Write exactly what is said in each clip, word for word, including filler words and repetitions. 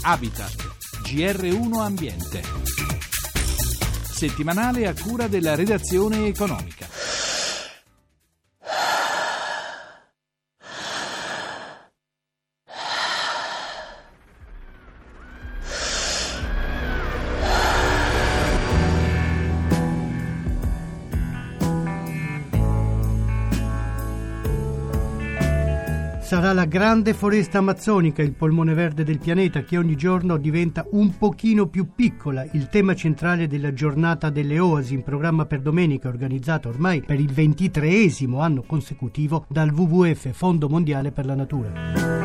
Habitat, G R uno Ambiente. Settimanale a cura della redazione economica. Sarà la grande foresta amazzonica, il polmone verde del pianeta, che ogni giorno diventa un pochino più piccola, il tema centrale della giornata delle oasi in programma per domenica, organizzata ormai per il ventitreesimo anno consecutivo dal W W F, Fondo Mondiale per la Natura.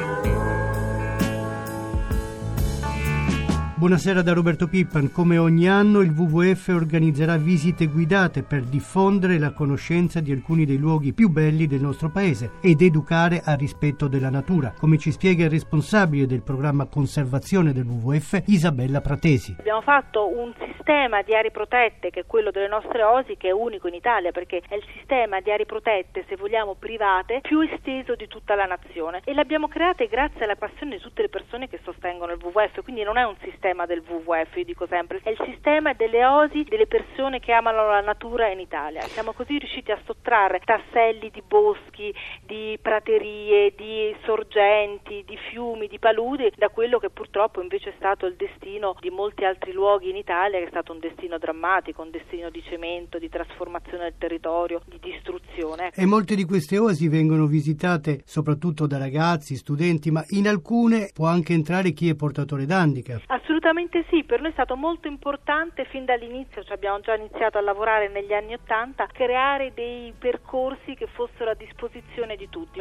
Buonasera da Roberto Pippan. Come ogni anno il W W F organizzerà visite guidate per diffondere la conoscenza di alcuni dei luoghi più belli del nostro paese ed educare al rispetto della natura, come ci spiega il responsabile del programma conservazione del W W F, Isabella Pratesi. Abbiamo fatto un sistema di aree protette, che è quello delle nostre oasi, che è unico in Italia, perché è il sistema di aree protette, se vogliamo private, più esteso di tutta la nazione, e l'abbiamo create grazie alla passione di tutte le persone che sostengono il W W F. Quindi non è un sistema del W W F, io dico sempre, è il sistema delle oasi delle persone che amano la natura in Italia. Siamo così riusciti a sottrarre tasselli di boschi, di praterie, di sorgenti, di fiumi, di paludi da quello che purtroppo invece è stato il destino di molti altri luoghi in Italia, che è stato un destino drammatico, un destino di cemento, di trasformazione del territorio, di distruzione. E molte di queste oasi vengono visitate soprattutto da ragazzi, studenti, ma in alcune può anche entrare chi è portatore d'handicap. Assolutamente sì, per noi è stato molto importante fin dall'inizio, cioè abbiamo già iniziato a lavorare negli anni Ottanta, creare dei percorsi che fossero a disposizione di tutti.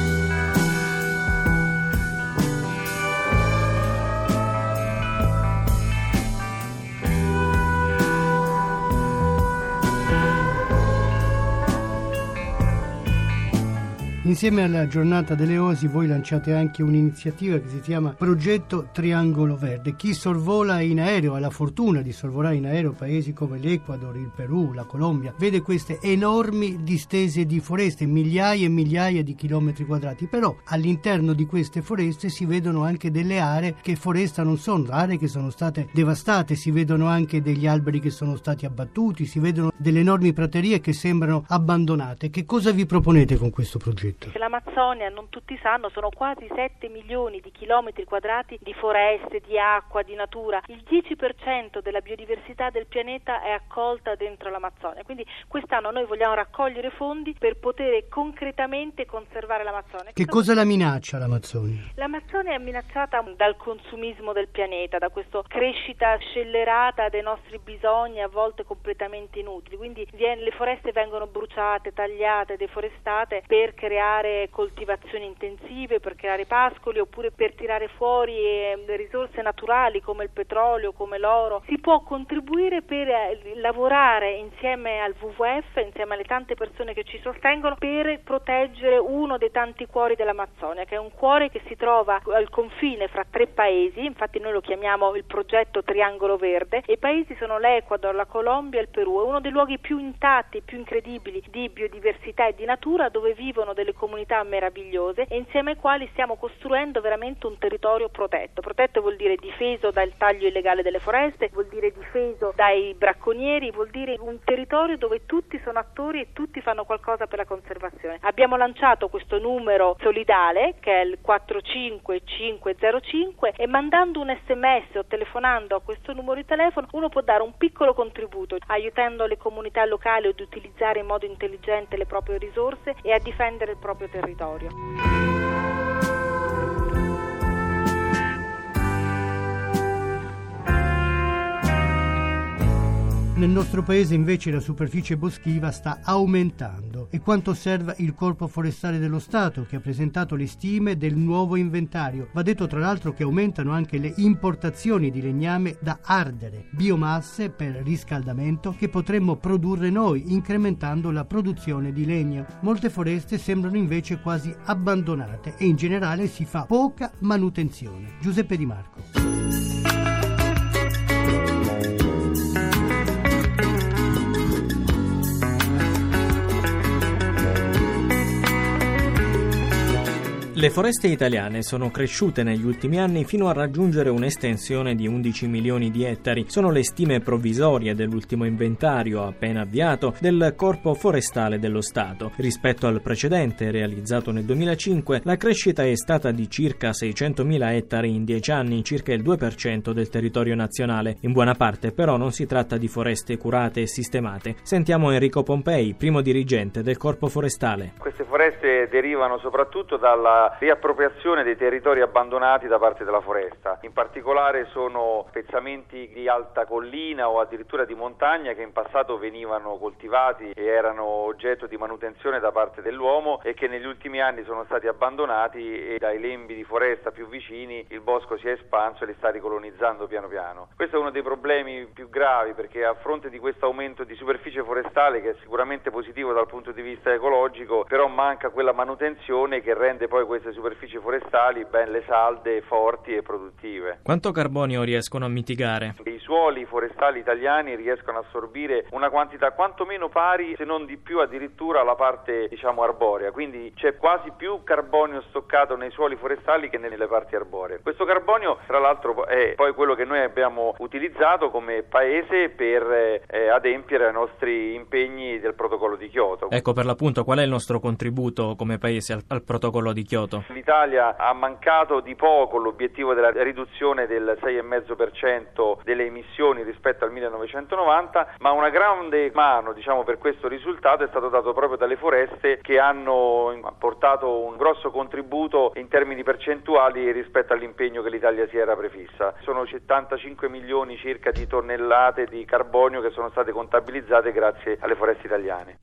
Insieme alla giornata delle oasi voi lanciate anche un'iniziativa che si chiama Progetto Triangolo Verde. Chi sorvola in aereo, ha la fortuna di sorvolare in aereo paesi come l'Ecuador, il Perù, la Colombia, vede queste enormi distese di foreste, migliaia e migliaia di chilometri quadrati, però all'interno di queste foreste si vedono anche delle aree che foresta non sono, aree che sono state devastate, si vedono anche degli alberi che sono stati abbattuti, si vedono delle enormi praterie che sembrano abbandonate. Che cosa vi proponete con questo progetto? Che l'Amazzonia, non tutti sanno, sono quasi sette milioni di chilometri quadrati di foreste, di acqua, di natura. Il dieci per cento della biodiversità del pianeta è accolta dentro l'Amazzonia. Quindi quest'anno noi vogliamo raccogliere fondi per poter concretamente conservare l'Amazzonia. Che cosa la minaccia l'Amazzonia? L'Amazzonia è minacciata dal consumismo del pianeta, da questa crescita scellerata dei nostri bisogni, a volte completamente inutili. Quindi le foreste vengono bruciate, tagliate, deforestate per creare coltivazioni intensive, per creare pascoli, oppure per tirare fuori eh, risorse naturali come il petrolio, come l'oro. Si può contribuire per eh, lavorare insieme al W W F, insieme alle tante persone che ci sostengono, per proteggere uno dei tanti cuori dell'Amazzonia, che è un cuore che si trova al confine fra tre paesi. Infatti noi lo chiamiamo il progetto Triangolo Verde, e i paesi sono l'Ecuador, la Colombia e il Perù. È uno dei luoghi più intatti, più incredibili di biodiversità e di natura, dove vivono delle comunità meravigliose e insieme ai quali stiamo costruendo veramente un territorio protetto. Protetto vuol dire difeso dal taglio illegale delle foreste, vuol dire difeso dai bracconieri, vuol dire un territorio dove tutti sono attori e tutti fanno qualcosa per la conservazione. Abbiamo lanciato questo numero solidale, che è il quattro cinque cinque zero cinque, e mandando un sms o telefonando a questo numero di telefono uno può dare un piccolo contributo, aiutando le comunità locali ad utilizzare in modo intelligente le proprie risorse e a difendere il proprio territorio. Nel nostro paese invece la superficie boschiva sta aumentando. E quanto osserva il Corpo Forestale dello Stato, che ha presentato le stime del nuovo inventario. Va detto tra l'altro che aumentano anche le importazioni di legname da ardere, biomasse per riscaldamento che potremmo produrre noi, incrementando la produzione di legno. Molte foreste sembrano invece quasi abbandonate e in generale si fa poca manutenzione. Giuseppe Di Marco. Le foreste italiane sono cresciute negli ultimi anni fino a raggiungere un'estensione di undici milioni di ettari. Sono le stime provvisorie dell'ultimo inventario appena avviato del Corpo Forestale dello Stato. Rispetto al precedente, realizzato nel duemilacinque, la crescita è stata di circa seicentomila ettari in dieci anni, circa il due per cento del territorio nazionale. In buona parte però non si tratta di foreste curate e sistemate. Sentiamo Enrico Pompei, primo dirigente del Corpo Forestale. Queste foreste derivano soprattutto dalla riappropriazione dei territori abbandonati da parte della foresta. In particolare sono pezzamenti di alta collina o addirittura di montagna che in passato venivano coltivati e erano oggetto di manutenzione da parte dell'uomo e che negli ultimi anni sono stati abbandonati, e dai lembi di foresta più vicini il bosco si è espanso e li sta ricolonizzando piano piano. Questo è uno dei problemi più gravi, perché a fronte di questo aumento di superficie forestale, che è sicuramente positivo dal punto di vista ecologico, però manca quella manutenzione che rende poi queste superfici forestali belle salde, forti e produttive. Quanto carbonio riescono a mitigare? I suoli forestali italiani riescono a assorbire una quantità quantomeno pari, se non di più addirittura, alla parte diciamo arborea, quindi c'è quasi più carbonio stoccato nei suoli forestali che nelle parti arboree. Questo carbonio tra l'altro è poi quello che noi abbiamo utilizzato come paese per eh, adempiere ai nostri impegni del protocollo di Kyoto. Ecco, per l'appunto, qual è il nostro contributo come paese al, al protocollo di Kyoto? L'Italia ha mancato di poco l'obiettivo della riduzione del sei virgola cinque per cento delle emissioni rispetto al millenovecentonovanta, ma una grande mano diciamo per questo risultato è stato dato proprio dalle foreste, che hanno portato un grosso contributo in termini percentuali rispetto all'impegno che l'Italia si era prefissa. Sono settantacinque milioni circa di tonnellate di carbonio che sono state contabilizzate grazie alle foreste italiane.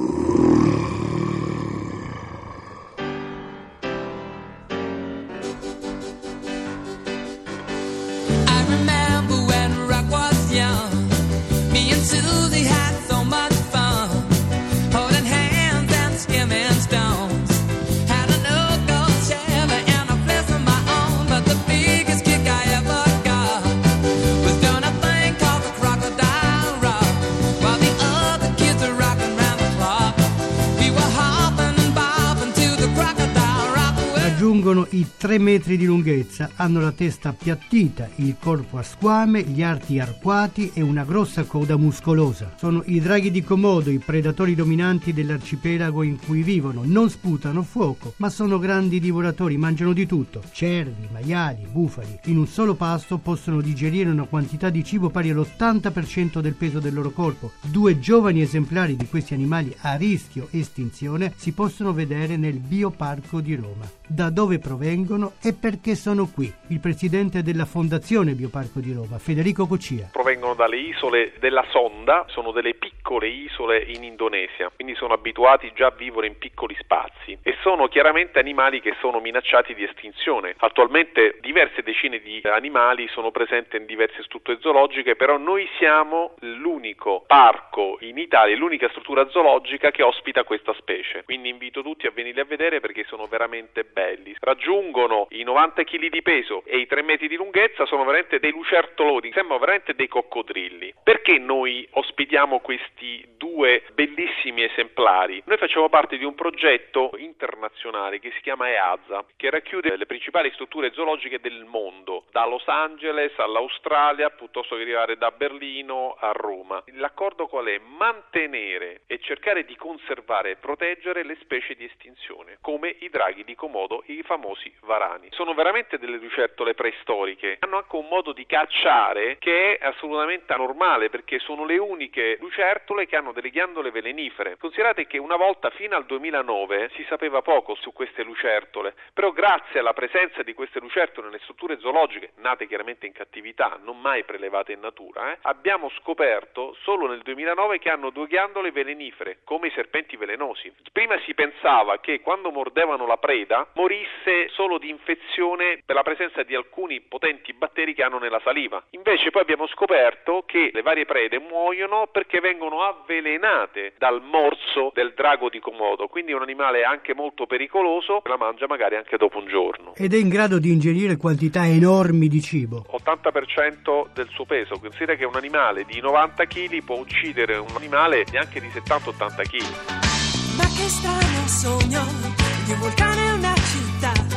Raggiungono i tre metri di lunghezza, hanno la testa appiattita, il corpo a squame, gli arti arcuati e una grossa coda muscolosa. Sono i draghi di Komodo, i predatori dominanti dell'arcipelago in cui vivono. Non sputano fuoco, ma sono grandi divoratori, mangiano di tutto: cervi, maiali, bufali. In un solo pasto possono digerire una quantità di cibo pari all'ottanta per cento del peso del loro corpo. Due giovani esemplari di questi animali a rischio estinzione si possono vedere nel Bioparco di Roma. Da dove provengono e perché sono qui? Il presidente della Fondazione Bioparco di Roma, Federico Cocia. Provengono dalle isole della Sonda, sono delle piccole isole in Indonesia, quindi sono abituati già a vivere in piccoli spazi e sono chiaramente animali che sono minacciati di estinzione. Attualmente diverse decine di animali sono presenti in diverse strutture zoologiche, però noi siamo l'unico parco in Italia, l'unica struttura zoologica che ospita questa specie, quindi invito tutti a venirli a vedere perché sono veramente belli. Raggiungono i novanta chili di peso e i tre metri di lunghezza, sono veramente dei lucertoloni, sembrano veramente dei coccodrilli. Perché noi ospitiamo questi due bellissimi esemplari? Noi facciamo parte di un progetto internazionale che si chiama E A Z A, che racchiude le principali strutture zoologiche del mondo, da Los Angeles all'Australia, piuttosto che arrivare da Berlino a Roma. L'accordo qual è? Mantenere e cercare di conservare e proteggere le specie di estinzione, come i draghi di Komodo, i famosi varani. Sono veramente delle lucertole preistoriche, hanno anche un modo di cacciare che è assolutamente anormale, perché sono le uniche lucertole che hanno delle ghiandole velenifere. Considerate che una volta, fino al duemilanove, si sapeva poco su queste lucertole, però grazie alla presenza di queste lucertole nelle strutture zoologiche, nate chiaramente in cattività, non mai prelevate in natura, eh, abbiamo scoperto solo nel duemilanove che hanno due ghiandole velenifere, come i serpenti velenosi. Prima si pensava che quando mordevano la preda morisse solo di infezione per la presenza di alcuni potenti batteri che hanno nella saliva. Invece poi abbiamo scoperto che le varie prede muoiono perché vengono avvelenate dal morso del drago di Komodo, quindi è un animale anche molto pericoloso, la mangia magari anche dopo un giorno. Ed è in grado di ingerire quantità enormi di cibo. ottanta per cento del suo peso, considera che un animale di novanta chili può uccidere un animale neanche di settanta ottanta chili. Ma che strano sogno di un vulcano e una città,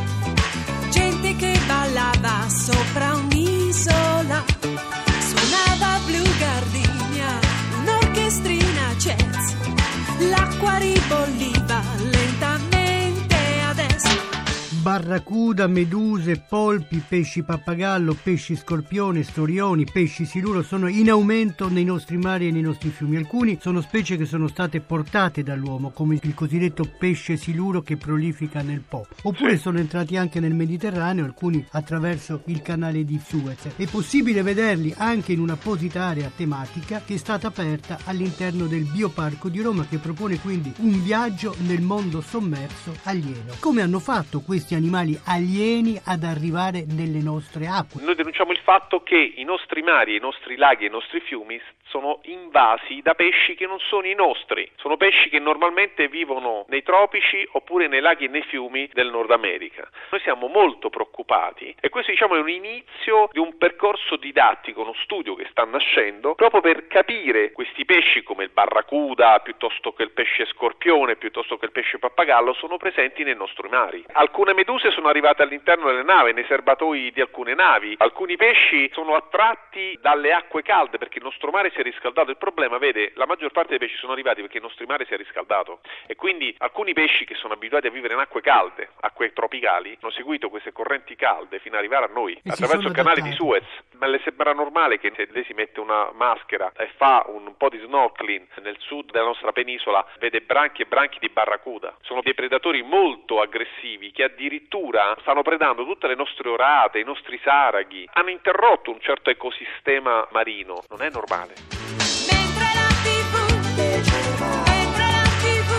l'acqua ribolliva lentamente adesso. Barracuda, meduse, polpi, pesci pappagallo, pesci scorpione, storioni, pesci siluro sono in aumento nei nostri mari e nei nostri fiumi. Alcuni sono specie che sono state portate dall'uomo, come il cosiddetto pesce siluro che prolifica nel Po. Oppure sono entrati anche nel Mediterraneo, alcuni attraverso il canale di Suez. È possibile vederli anche in un'apposita area tematica che è stata aperta all'interno del Bioparco di Roma, che propone quindi un viaggio nel mondo sommerso alieno. Come hanno fatto questi animali alieni ad arrivare nelle nostre acque? Noi denunciamo il fatto che i nostri mari, i nostri laghi e i nostri fiumi sono invasi da pesci che non sono i nostri. Sono pesci che normalmente vivono nei tropici oppure nei laghi e nei fiumi del Nord America. Noi siamo molto preoccupati e questo, diciamo, è un inizio di un percorso didattico, uno studio che sta nascendo proprio per capire questi pesci come il barracuda, piuttosto che il pesce scorpione, piuttosto che il pesce pappagallo, sono presenti nei nostri mari. Alcune meduse sono arrivate all'interno delle navi, nei serbatoi di alcune navi. Alcuni pesci sono attratti dalle acque calde perché il nostro mare si è riscaldato. Il problema, vede, la maggior parte dei pesci sono arrivati perché il nostro mare si è riscaldato e quindi alcuni pesci che sono abituati a vivere in acque calde, acque tropicali, hanno seguito queste correnti calde fino ad arrivare a noi e attraverso il canale di Suez. Ma le sembra normale che se lei si mette una maschera e fa un po' di snorkeling nel sud della nostra penisola, vede branchi e branchi di barracuda. Sono dei predatori molto aggressivi che addirittura stanno predando tutte le nostre orate, i nostri saraghi. Hanno interrotto un certo ecosistema marino. Non è normale. Mentre la tivù, mentre la tivù,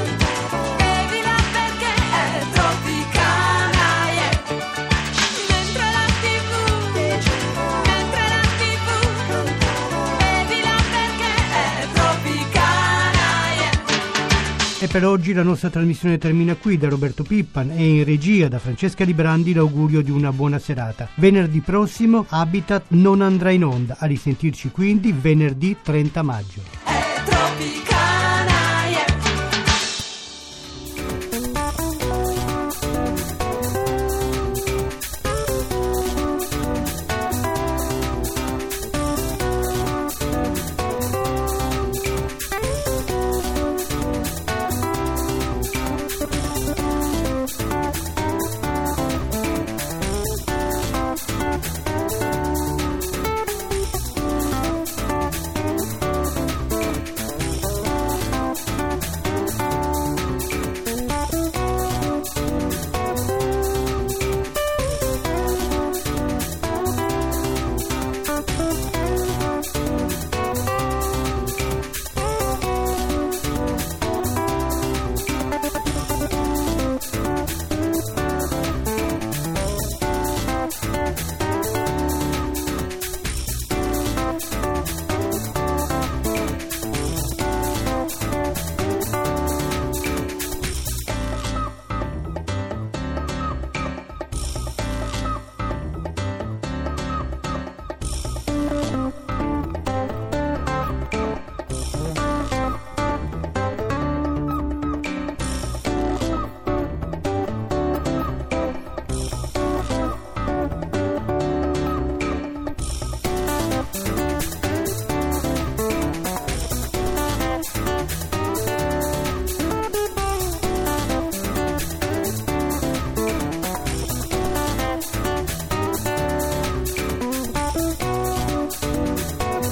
evila perché è tropicana, yeah. Mentre la tivù, mentre la tivù, evila perché è tropicana, yeah. E per oggi la nostra trasmissione termina qui. Da Roberto Pippan e in regia da Francesca Librandi l'augurio di una buona serata. Venerdì prossimo Habitat non andrà in onda, a risentirci quindi venerdì trenta maggio. È tropicana.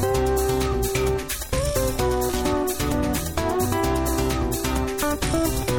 Thank you.